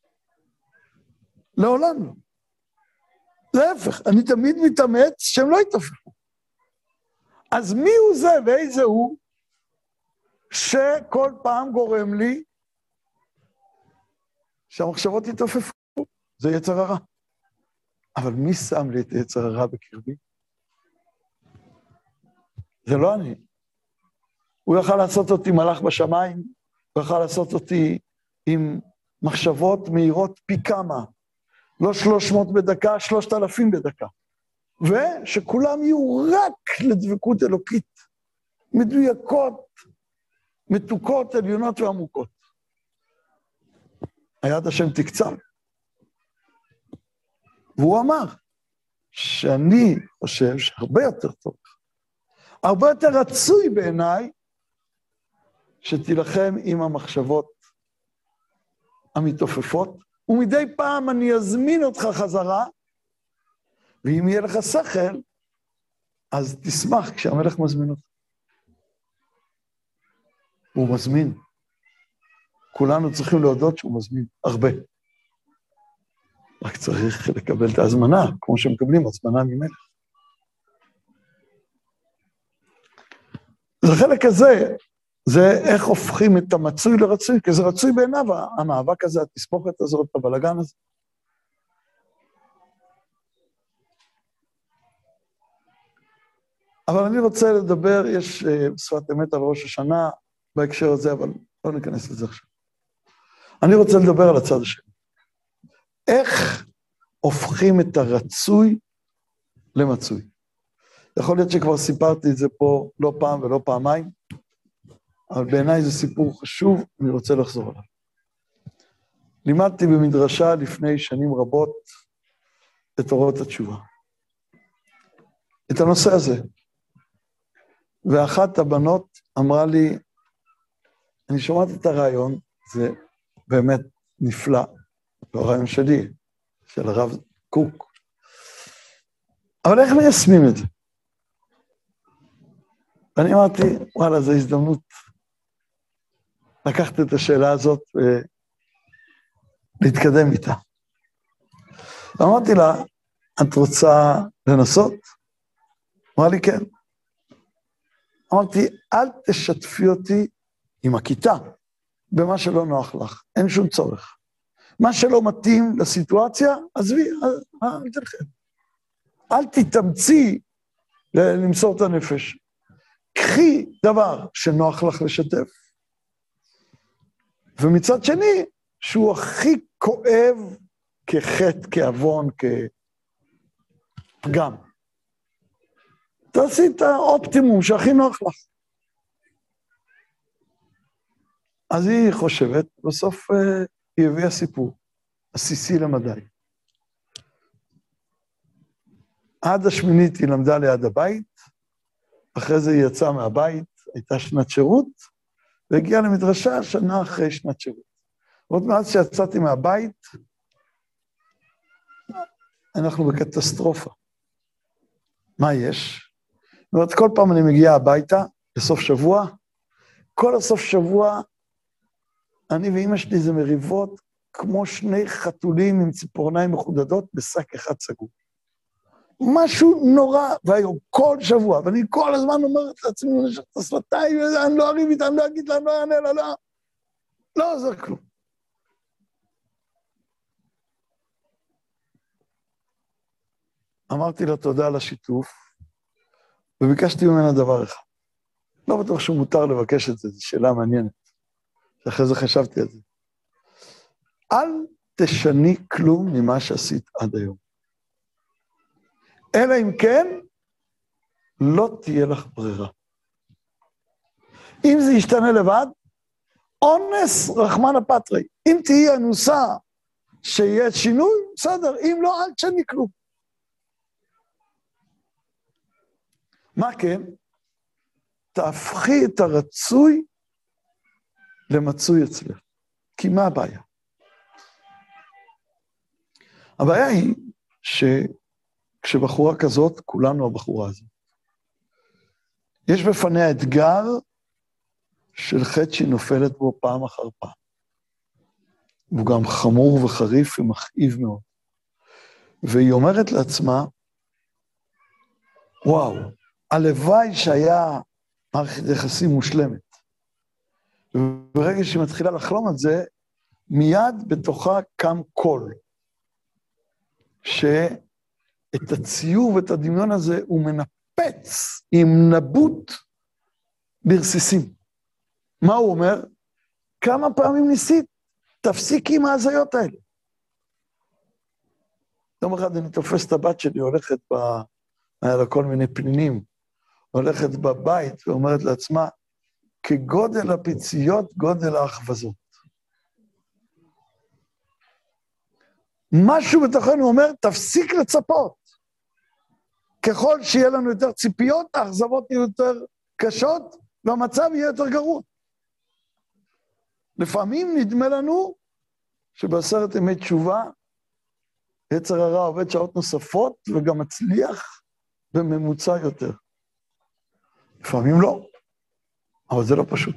לעולם לא. להפך, אני תמיד מתאמץ שהם לא יתעופפו. אז מי הוא זה ואיזה הוא שכל פעם גורם לי שהמחשבות יתעופפו? זה יצר הרע. אבל מי שם לי את יצר הרע בקרבי? זה לא אני. הוא יכל לעשות אותי מלאך בשמיים, הוא יכל לעשות אותי עם מחשבות מהירות פי כמה, לא 300 בדקה, 3,000 בדקה. ושכולם יהיו רק לדבקות אלוקית, מדויקות, מתוקות, עליונות ועמוקות. היד השם תקצר. והוא אמר שאני חושב שהרבה יותר טוב, הרבה יותר רצוי בעיניי, שתילחם עם המחשבות המתעופפות, ומדי פעם אני אזמין אותך חזרה, ואם יהיה לך שכל, אז תשמח כשהמלך מזמין אותך. הוא מזמין. כולנו צריכים להודות שהוא מזמין הרבה. רק צריך לקבל את ההזמנה, כמו שמקבלים הזמנה ממלך. אז החלק הזה, זה איך הופכים את המצוי לרצוי, כי זה רצוי בעיניו, המאבק הזה, התספוכת הזאת, הבלגן הזה. אבל אני רוצה לדבר, יש שפת אמת על ראש השנה בהקשר הזה, אבל לא ניכנס לזה עכשיו. אני רוצה לדבר על הצד השני. איך הופכים את הרצוי למצוי? יכול להיות שכבר סיפרתי את זה פה לא פעם ולא פעמיים, אבל בעיניי זה סיפור חשוב, אני רוצה לחזור עליו. לימדתי במדרשה לפני שנים רבות את אורות התשובה. את הנושא הזה. ואחת הבנות אמרה לי, אני שומעת את הרעיון, זה באמת נפלא, לא הרעיון שלי, של הרב קוק. אבל איך מיישמים את זה? ואני אמרתי, וואלה, זו הזדמנות לקחת את השאלה הזאת ולהתקדם איתה. ואמרתי לה, את רוצה לנסות? אמרה לי, כן. אמרתי, אל תשתפי אותי עם הכיתה, במה שלא נוח לך, אין שום צורך. מה שלא מתאים לסיטואציה, עזבי, אל תלכם. אל תתאמצי למסור את הנפש. קחי דבר שנוח לך לשתף, ומצד שני, שהוא הכי כואב כחטא, כעוון, כפגם. תעשי את האופטימום שהכי נוח לך. אז היא חושבת, בסוף היא הביאה סיפור, עסיסי למדי. עד השמינית היא למדה ליד הבית, אחרי זה היא יצאה מהבית, הייתה שנת שירות, והגיעה למדרשה שנה אחרי שנת שירות. עוד מאז שיצאתי מהבית, אנחנו בקטסטרופה. מה יש? זאת אומרת, כל פעם אני מגיע הביתה, בסוף שבוע, כל הסוף שבוע, אני ואמא שלי זה מריבות, כמו שני חתולים עם ציפורניים מחודדות, בשק אחד סגור. משהו נורא, והיום, כל שבוע, ואני כל הזמן אומרת לעצמי, נשך את השפתיים, אני לא אריב איתה, אני לא אגיד לה, אני לא אענה לה, לא עוזר כלום. אמרתי לה תודה על השיתוף, וביקשתי ממנה דבר אחד. לא בטוח שהוא מותר לבקש את זה, זו שאלה מעניינת. אחרי זה חשבתי על זה. אל תשני כלום ממה שעשית עד היום. אלא אם כן, לא תהיה לך ברירה. אם זה ישתנה לבד, אונס רחמנא פטרי. אם תהיה אנוסה שיהיה שינוי, בסדר, אם לא, אל תשני כלום. מה כן? תהפכי את הרצוי למצוי אצלך. כי מה הבעיה? הבעיה היא שכשבחורה כזאת, כולנו הבחורה הזאת, יש בפניה אתגר של חטא שהיא נופלת בו פעם אחר פעם. הוא גם חמור וחריף ומכאיב מאוד. והיא אומרת לעצמה, וואו, הלוואי שהיה מערכת יחסים מושלמת. וברגע שהיא מתחילה לחלום על זה, מיד בתוכה קם קול, שאת הציור ואת הדמיון הזה הוא מנפץ עם נבוט ברסיסים. מה הוא אומר? כמה פעמים ניסית? תפסיק עם ההזיות האלה. יום אחד אני תופס את הבת שלי, הולכת היה לה כל מיני פנינים, הולכת בבית ואומרת לעצמה, כגודל הפיציות, גודל האחווזות. משהו בתוכנו אומר, תפסיק לצפות. ככל שיהיה לנו יותר ציפיות, האכזבות יהיו יותר קשות, והמצב יהיה יותר גרוע. לפעמים נדמה לנו שבעשרת ימי תשובה, יצר הרע עובד שעות נוספות, וגם מצליח בממוצע יותר. לפעמים לא, אבל זה לא פשוט.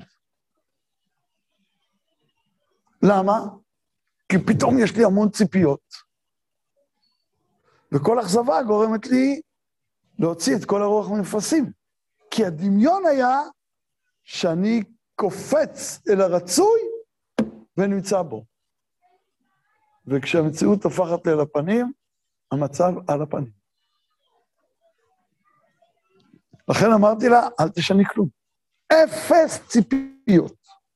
למה? כי פתאום יש לי המון ציפיות, וכל אכזבה גורמת לי להוציא את כל הרוח מנפסים. כי הדמיון היה שאני קופץ אל הרצוי ונמצא בו. וכשהמציאות הופכת לי לפנים, המצב על הפנים. לכן אמרתי לה, אל תשני כלום. אפס ציפיות.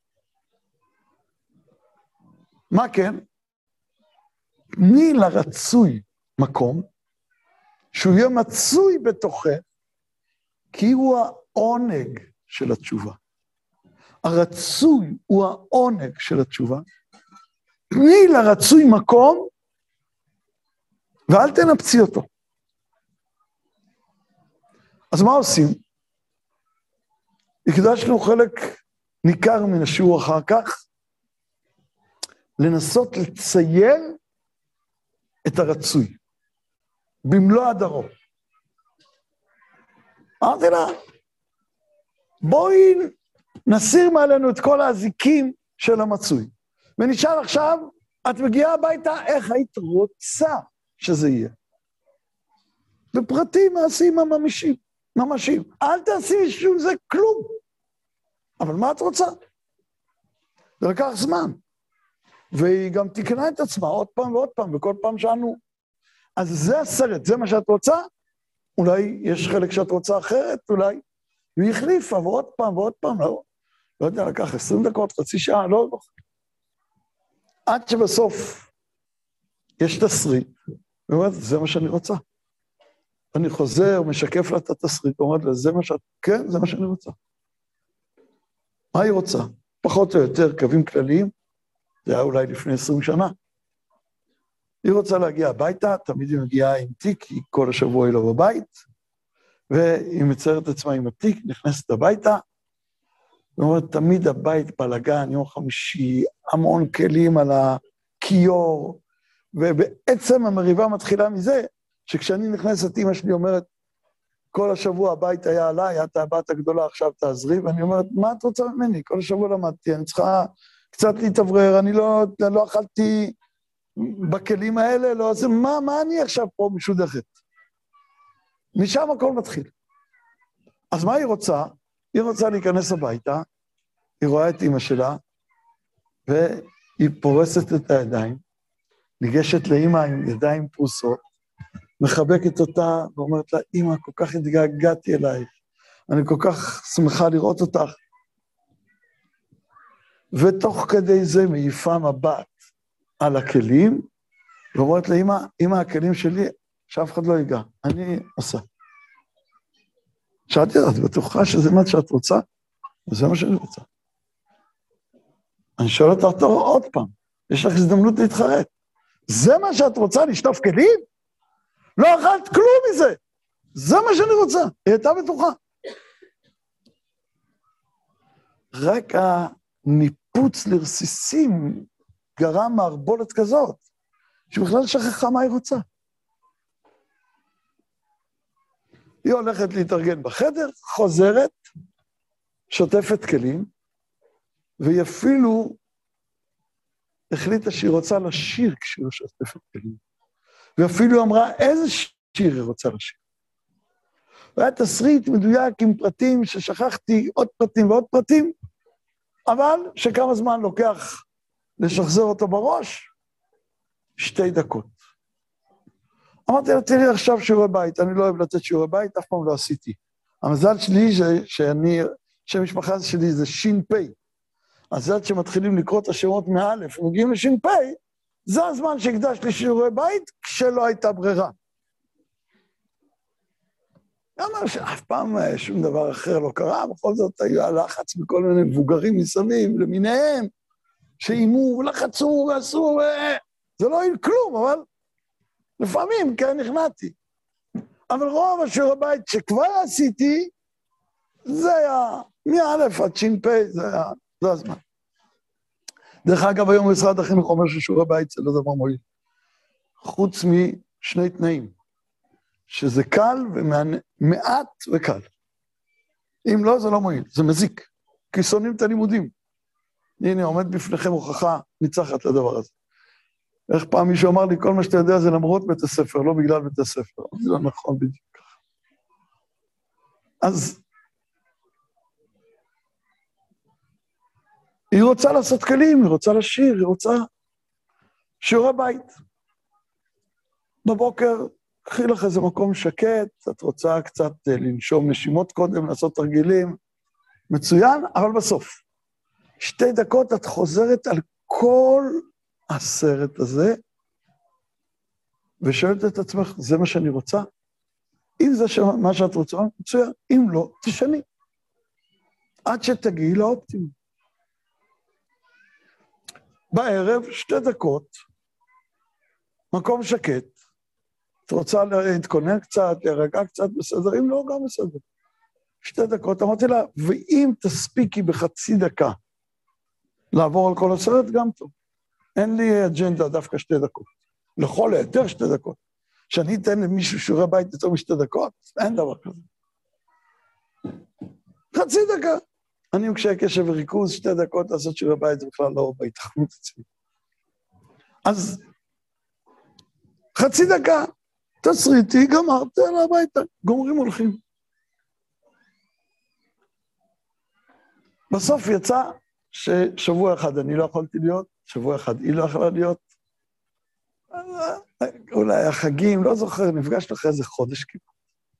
מה כן? תני לרצוי מקום, שהוא יהיה מצוי בתוכך, כי הוא העונג של התשובה. הרצוי הוא העונג של התשובה. תני לרצוי מקום, ואל תנפצי אותו. אז מה עושים? הקדשנו חלק ניכר מן השיעור אחר כך, לנסות לצייר את הרצוי, במלוא הדרו. אמרתי לה, בואי נסיר מעלינו את כל האזיקים של המצוי. ונשאל עכשיו, את מגיעה הביתה, איך היית רוצה שזה יהיה? בפרטים מעשיים ממשיים. אל תעשי שום זה כלום. אבל מה את רוצה? זה לקח זמן. והיא גם תקנה את עצמה עוד פעם ועוד פעם, וכל פעם שאנו. אז זה הסרט, זה מה שאת רוצה? אולי יש חלק שאת רוצה אחרת, אולי. והיא החליפה, ועוד פעם ועוד פעם, לא יודע, לקח 20 דקות, חצי שעה, לא. עד שבסוף יש תסריט, ואומרת, זה מה שאני רוצה. אני חוזר, משקף לה את התסריט, ואומרת לה, זה מה שאת, כן, זה מה שאני רוצה. מה היא רוצה? פחות או יותר, קווים כלליים, זה היה אולי לפני 20 שנה. היא רוצה להגיע הביתה, תמיד היא מגיעה עם תיק, כי כל השבוע היא לא בבית, והיא מציירת עצמה עם התיק, נכנסת הביתה, ואומרת, תמיד הבית בלגן, יום חמישי, המון כלים על הכיור, ובעצם המריבה מתחילה מזה, שכשאני נכנסת, אמא שלי אומרת, כל השבוע הבית היה עליי, את הבת הגדולה, עכשיו תעזרי, ואני אומרת, מה את רוצה ממני? כל השבוע למדתי, אני צריכה קצת להתאוורר, אני לא אכלתי בכלים האלה, לא עושה, מה אני עכשיו פה משודכת? משם הכל מתחיל. אז מה היא רוצה? היא רוצה להיכנס הביתה, היא רואה את אמא שלה, והיא פורסת את הידיים, ניגשת לאמא עם ידיים פרוסות, מחבקת אותה ואומרת לה, אמא, כל כך התגעגעתי אלייך, אני כל כך שמחה לראות אותך. ותוך כדי זה מעיפה מבט על הכלים, ואומרת לה, אמא, הכלים שלי, שאף אחד לא ייגע, אני עושה. שאלתי, את בטוחה שזה מה שאת רוצה? וזה מה שאני רוצה. אני שואל אותך עוד פעם, יש לך הזדמנות להתחרט. זה מה שאת רוצה, לשטוף כלים? לא אכלת כלום מזה. זה מה שאני רוצה. היא הייתה בטוחה. רק הניפוץ לרסיסים גרם מערבולת כזאת, שבכלל שכחה מה היא רוצה. היא הולכת להתארגן בחדר, חוזרת, שוטפת כלים, והיא אפילו החליטה שהיא רוצה לשיר כשהיא שוטפת כלים. ואפילו אמרה איזה שיר היא רוצה לשיר. והיה תסריט מדויק עם פרטים ששכחתי עוד פרטים ועוד פרטים, אבל שכמה זמן לוקח לשחזר אותו בראש? 2 דקות. אמרתי לה, תראי עכשיו שיעורי בית, אני לא אוהב לתת שיעורי בית, אף פעם לא עשיתי. המזל שלי שם המשפחה שלי זה ש"פ. אז עד שמתחילים לקרוא את השמות מאלף, ומגיעים לש"פ, זה הזמן שהקדש לשיעורי בית, כשלא הייתה ברירה. אמר שאף פעם שום דבר אחר לא קרה, בכל זאת היה לחץ מכל מיני מבוגרים מסביב, למיניהם, שאימו ולחצו ועשו, זה לא היה כלום, אבל לפעמים כן נכנעתי. אבל רוב השיעורי בית שכבר עשיתי, זה היה מאלף עד ש"פ, זה הזמן. דרך אגב, היום משרד החינוך אומר ששיעורי בית זה לא דבר מועיל. חוץ משני תנאים, שזה קל ומעט וקל. אם לא, זה לא מועיל, זה מזיק, כי שונאים את הלימודים. הנה, עומד בפניכם הוכחה ניצחת לדבר הזה. איך פעם מישהו אמר לי, כל מה שאתה יודע זה למרות בית הספר, לא בגלל בית הספר. זה לא נכון בדיוק ככה. אז היא רוצה לעשות כלים, היא רוצה לשיר, היא רוצה שיעורי בית. בבוקר, קחי לך איזה מקום שקט, את רוצה קצת לנשום נשימות קודם, לעשות תרגילים, מצוין, אבל בסוף. 2 דקות את חוזרת על כל הסרט הזה, ושואלת את עצמך, זה מה שאני רוצה? אם זה מה שאת רוצה, מצוין, אם לא, תשני. עד שתגיעי לאופטימום. בערב, 2 דקות, מקום שקט, את רוצה להתכונן קצת, להירגע קצת, בסדר, אם לא, גם בסדר. 2 דקות, אמרתי לה, ואם תספיקי בחצי דקה לעבור על כל הסרט, גם טוב. אין לי אג'נדה דווקא 2 דקות. לכל היותר 2 דקות. שאני אתן למישהו שיעורי בית יותר מ2 דקות, אין דבר כזה. חצי דקה. אני עם קשיי קשב וריכוז, 2 דקות לעשות שיעורי בית, זה בכלל לא בהתכנות אצלי. אז חצי דקה, תסריטי, גמרת, אלה הביתה, גומרים הולכים. בסוף יצא ששבוע אחד אני לא יכולתי להיות, שבוע אחד היא לא יכולה להיות, אולי החגים, לא זוכר, נפגשנו אחרי איזה חודש כמעט.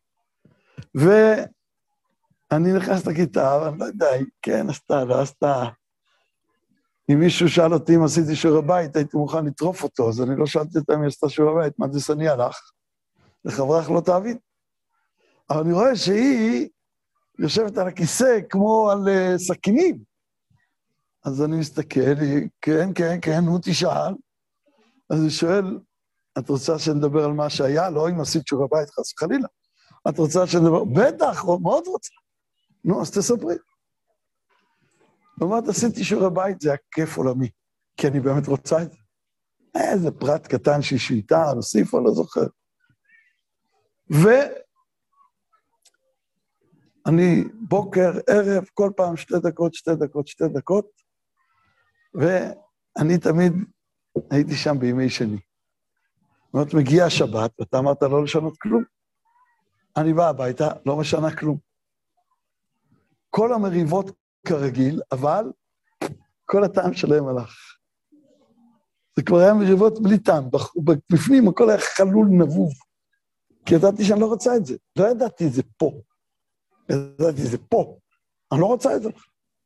ואני נכנס לכיתה, ואני לא יודע, כן, עשתה, לא עשתה. אם מישהו שאל אותי אם עשיתי שיעורי בית, הייתי מוכן לטרוף אותו, אז אני לא שאלתי אותה אם היא עשתה שיעורי בית, מה זה שני הלך? לחברך לא תעביד. אבל אני רואה שהיא יושבת על הכיסא כמו על סכינים. אז אני מסתכל, כן, הוא תשאל. אז הוא שואל, את רוצה שנדבר על מה שהיה? לא אם עשית שיעורי בית, חס וחלילה. את רוצה שנדבר? בטח, מאוד רוצה. נו, אז תספרי. אומרת, עשיתי שיעורי בית, זה היה כיף עולמי, כי אני באמת רוצה את זה. איזה פרט קטן שהיא שינתה, נוסיף או לא זוכר. ואני בוקר, ערב, כל פעם 2 דקות, 2 דקות, 2 דקות, ואני תמיד הייתי שם בימי שני. זאת אומרת, מגיע השבת, ואתה אמרת לא לשנות כלום. אני בא הביתה, לא משנה כלום. כל המריבות כרגיל, אבל כל הטעם שלהם הלך. זה כבר היה מריבות בלי טעם, בפנים הכל היה חלול נבוב, כי ידעתי שאני לא רוצה את זה, לא ידעתי את זה פה. ידעתי, זה פה, אני לא רוצה את זה.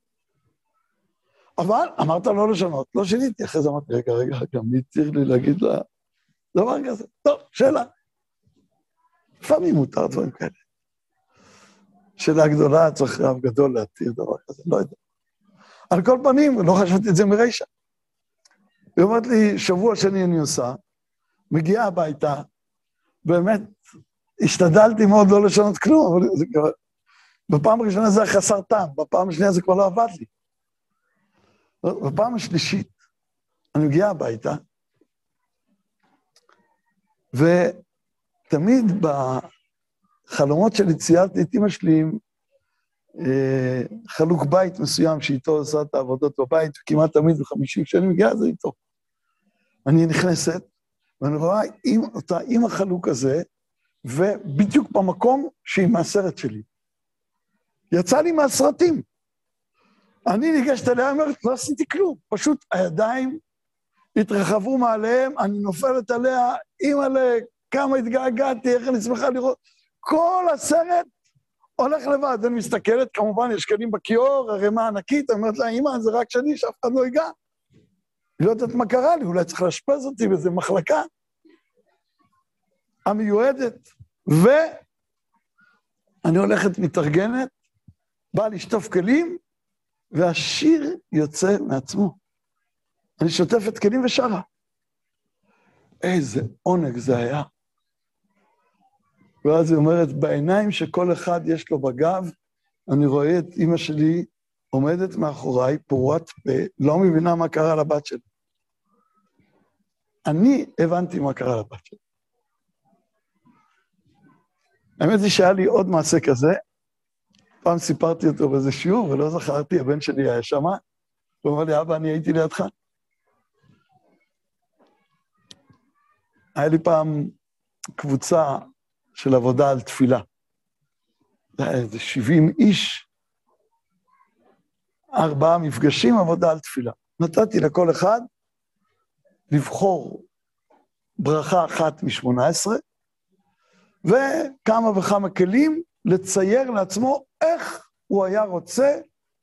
אבל אמרת לא לשנות, לא שיניתי, אחרי זה אמרתי, רגע, גם מי צריך לי להגיד לה דבר כזה? טוב, שאלה. לפעמים מותר דברים כאלה. שאלה גדולה, צריך רב גדול להתיר דבר כזה, לא יודע. על כל פנים, לא חשבתי את זה מרישה. היא אומרת לי, שבוע שני אני עושה, מגיעה הביתה, באמת, השתדלתי מאוד לא לשנות כלום, אבל בפעם הראשונה זה היה חסר טעם, בפעם השנייה זה כבר לא עבד לי. בפעם השלישית, אני מגיעה הביתה, ותמיד בחלומות שלי ציירתי את אמא שלי עם חלוק בית מסוים שאיתו עושה את העבודות בבית, וכמעט תמיד בחמישי כשאני מגיעה זה איתו. אני נכנסת, ואני רואה אותה עם החלוק הזה, ובדיוק במקום שהיא מהסרט שלי. יצא לי מהסרטים. אני ניגשת אליה, אומרת, לא עשיתי כלום, פשוט הידיים התרחבו מעליהם, אני נופלת עליה, אימא'לה, כמה התגעגעתי, איך אני שמחה לראות, כל הסרט הולך לבד, אני מסתכלת, כמובן יש כלים בכיור, הרמה ענקית, אני אומרת לה, אמא, זה רק שלי, שאף אחד לא ייגע. היא לא יודעת מה קרה לי, אולי צריך להשפז אותי באיזו מחלקה המיועדת, ואני הולכת מתארגנת, באה לשטוף כלים, והשיר יוצא מעצמו. אני שוטפת כלים ושרה. איזה עונג זה היה. ואז היא אומרת, בעיניים שכל אחד יש לו בגב, אני רואה את אמא שלי עומדת מאחוריי, פורת פה, לא מבינה מה קרה לבת שלי. אני הבנתי מה קרה לבת שלי. האמת היא שהיה לי עוד מעשה כזה, פעם סיפרתי אותו באיזה שיעור, ולא זכרתי, הבן שלי היה שמה, הוא אמר לי, אבא, אני הייתי לידך. היה לי פעם קבוצה של עבודה על תפילה. זה היה איזה 70 איש, 4 מפגשים עבודה על תפילה. נתתי לכל אחד לבחור ברכה אחת מ-18, וכמה וכמה כלים לצייר לעצמו איך הוא היה רוצה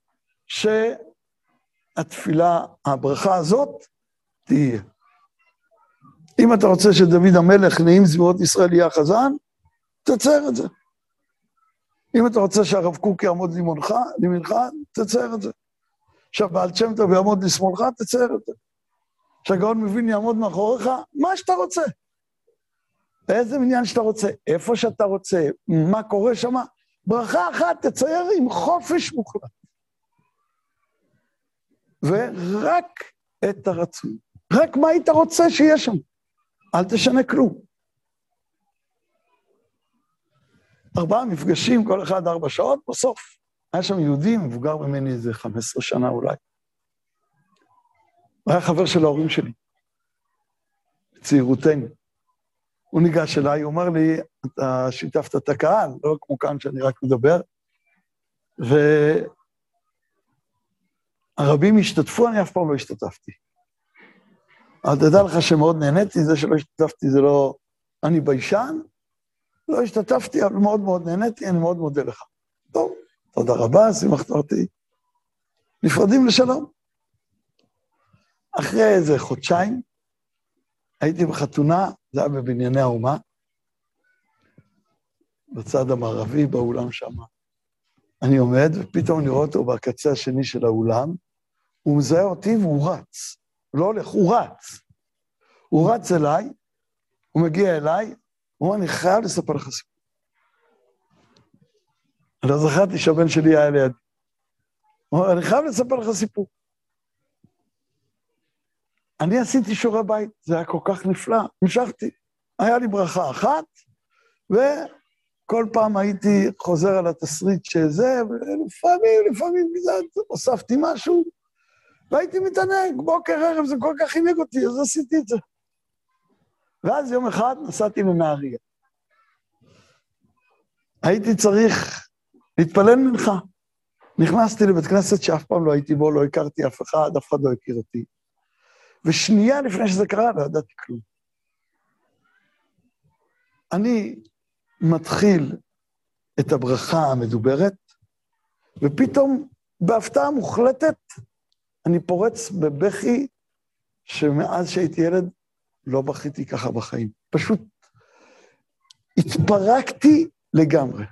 שהתפילה, הברכה הזאת, תהיה. אם אתה רוצה שדוד המלך נעים זמירות ישראל יהיה החזן, תצייר את זה. אם אתה רוצה שהרב קוק יעמוד לימינך, תצייר את זה. שהבעל שם טוב יעמוד לשמאלך, תצייר את זה. שהגאון מבין יעמוד מאחוריך, מה שאתה רוצה. באיזה מניין שאתה רוצה, איפה שאתה רוצה, מה קורה שם, ברכה אחת תצייר עם חופש מוחלט. ורק את הרצון. רק מה היית רוצה שיהיה שם. אל תשנה כלום. 4 מפגשים, כל אחד 4 שעות, בסוף. היה שם יהודי, מבוגר ממני איזה 15 שנה אולי. הוא היה חבר של ההורים שלי. צעירותנו. הוא ניגש אליי, הוא אומר לי, אתה שיתפת את הקהל, לא כמו כאן שאני רק מדבר, והרבים השתתפו, אני אף פעם לא השתתפתי. אבל תדע לך שמאוד נהניתי, זה שלא השתתפתי זה לא... אני ביישן, לא השתתפתי, אבל מאוד מאוד נהניתי, אני מאוד מודה לך. טוב, תודה רבה, שימחת אותי. נפרדים לשלום. אחרי איזה חודשיים, הייתי בחתונה, זה היה בבנייני האומה, בצד המערבי, באולם שם. אני עומד, ופתאום אני רואה אותו בקצה השני של האולם, הוא מזהה אותי והוא רץ. לא הולך, הוא רץ. הוא רץ אליי, הוא מגיע אליי, הוא אומר, אני חייב לספר לך סיפור. אני לא זכרתי שהבן שלי היה לידי. הוא אומר, אני חייב לספר לך סיפור. אני עשיתי שיעורי בית, זה היה כל כך נפלא, המשכתי. היה לי ברכה אחת, וכל פעם הייתי חוזר על התסריט שזה, ולפעמים קצת הוספתי משהו, והייתי מתענג, בוקר ערב, זה כל כך הניג אותי, אז עשיתי את זה. ואז יום אחד נסעתי לנהריה. הייתי צריך להתפלל מנחה. נכנסתי לבית כנסת שאף פעם לא הייתי בו, לא הכרתי אף אחד לא הכיר אותי. ושנייה לפני שזה קרה, לא ידעתי כלום. אני מתחיל את הברכה המדוברת, ופתאום בהפתעה מוחלטת אני פורץ בבכי שמאז שהייתי ילד לא בכיתי ככה בחיים. פשוט התפרקתי לגמרי.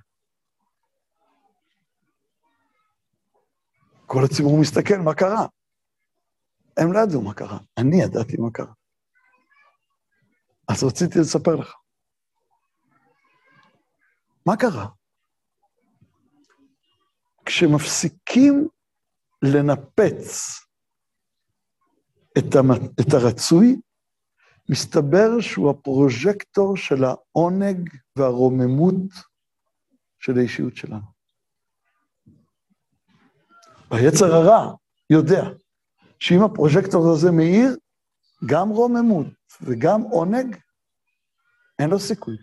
כל הציבור מסתכל, מה קרה? הם לא ידעו מה קרה, אני ידעתי מה קרה. אז רציתי לספר לך. מה קרה? כשמפסיקים לנפץ את הרצוי, מסתבר שהוא הפרוז'קטור של העונג והרוממות של האישיות שלנו. היצר הרע יודע שאם הפרוז'קטור הזה מאיר, גם רוממות וגם עונג, אין לו סיכוי.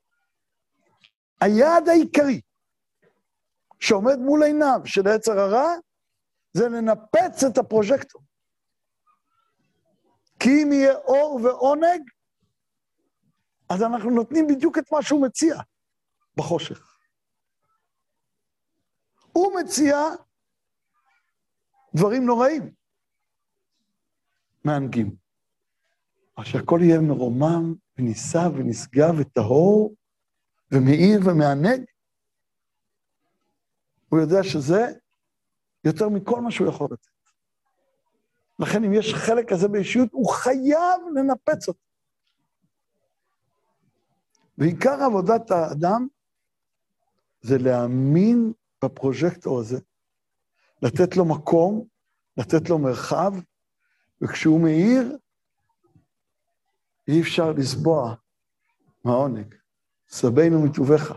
היעד העיקרי שעומד מול עיניו של היצר הרע, זה לנפץ את הפרוז'קטור. כי אם יהיה אור ועונג, אז אנחנו נותנים בדיוק את מה שהוא מציע בחושך. הוא מציע דברים נוראים, מענגים. אז שהכל יהיה מרומם וניסה ונסגע וטהור ומאיר ומענג, הוא יודע שזה יותר מכל מה שהוא יכול לתת. לכן אם יש חלק כזה באישיות, הוא חייב לנפץ אותו. ועיקר עבודת האדם זה להאמין בפרוז'קטור הזה, לתת לו מקום, לתת לו מרחב, וכשהוא מאיר, אי אפשר לסבוע מהעונג. סבנו מטובך.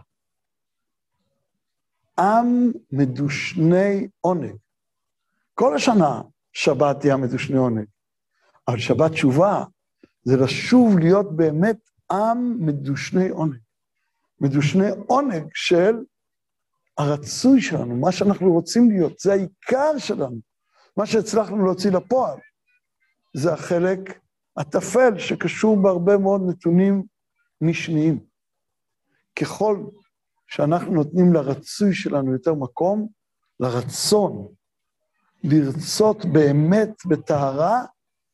עם מדושני עונג. כל השנה שבת תהיה מדושני עונג, אבל שבת תשובה זה לשוב להיות באמת עם מדושני עונג. מדושני עונג של הרצוי שלנו, מה שאנחנו רוצים להיות, זה העיקר שלנו. מה שהצלחנו להוציא לפועל, זה החלק התפל שקשור בהרבה מאוד נתונים משניים. ככל שאנחנו נותנים לרצוי שלנו יותר מקום, לרצון, לרצות באמת בטהרה,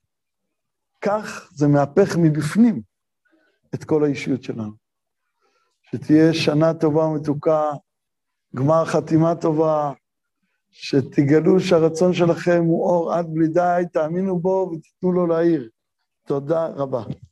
כך זה מהפך מבפנים את כל האישיות שלנו. שתהיה שנה טובה ומתוקה, גמר חתימה טובה, שתגלו שהרצון שלכם הוא אור עד בלי די, תאמינו בו ותיתנו לו להאיר. תודה רבה.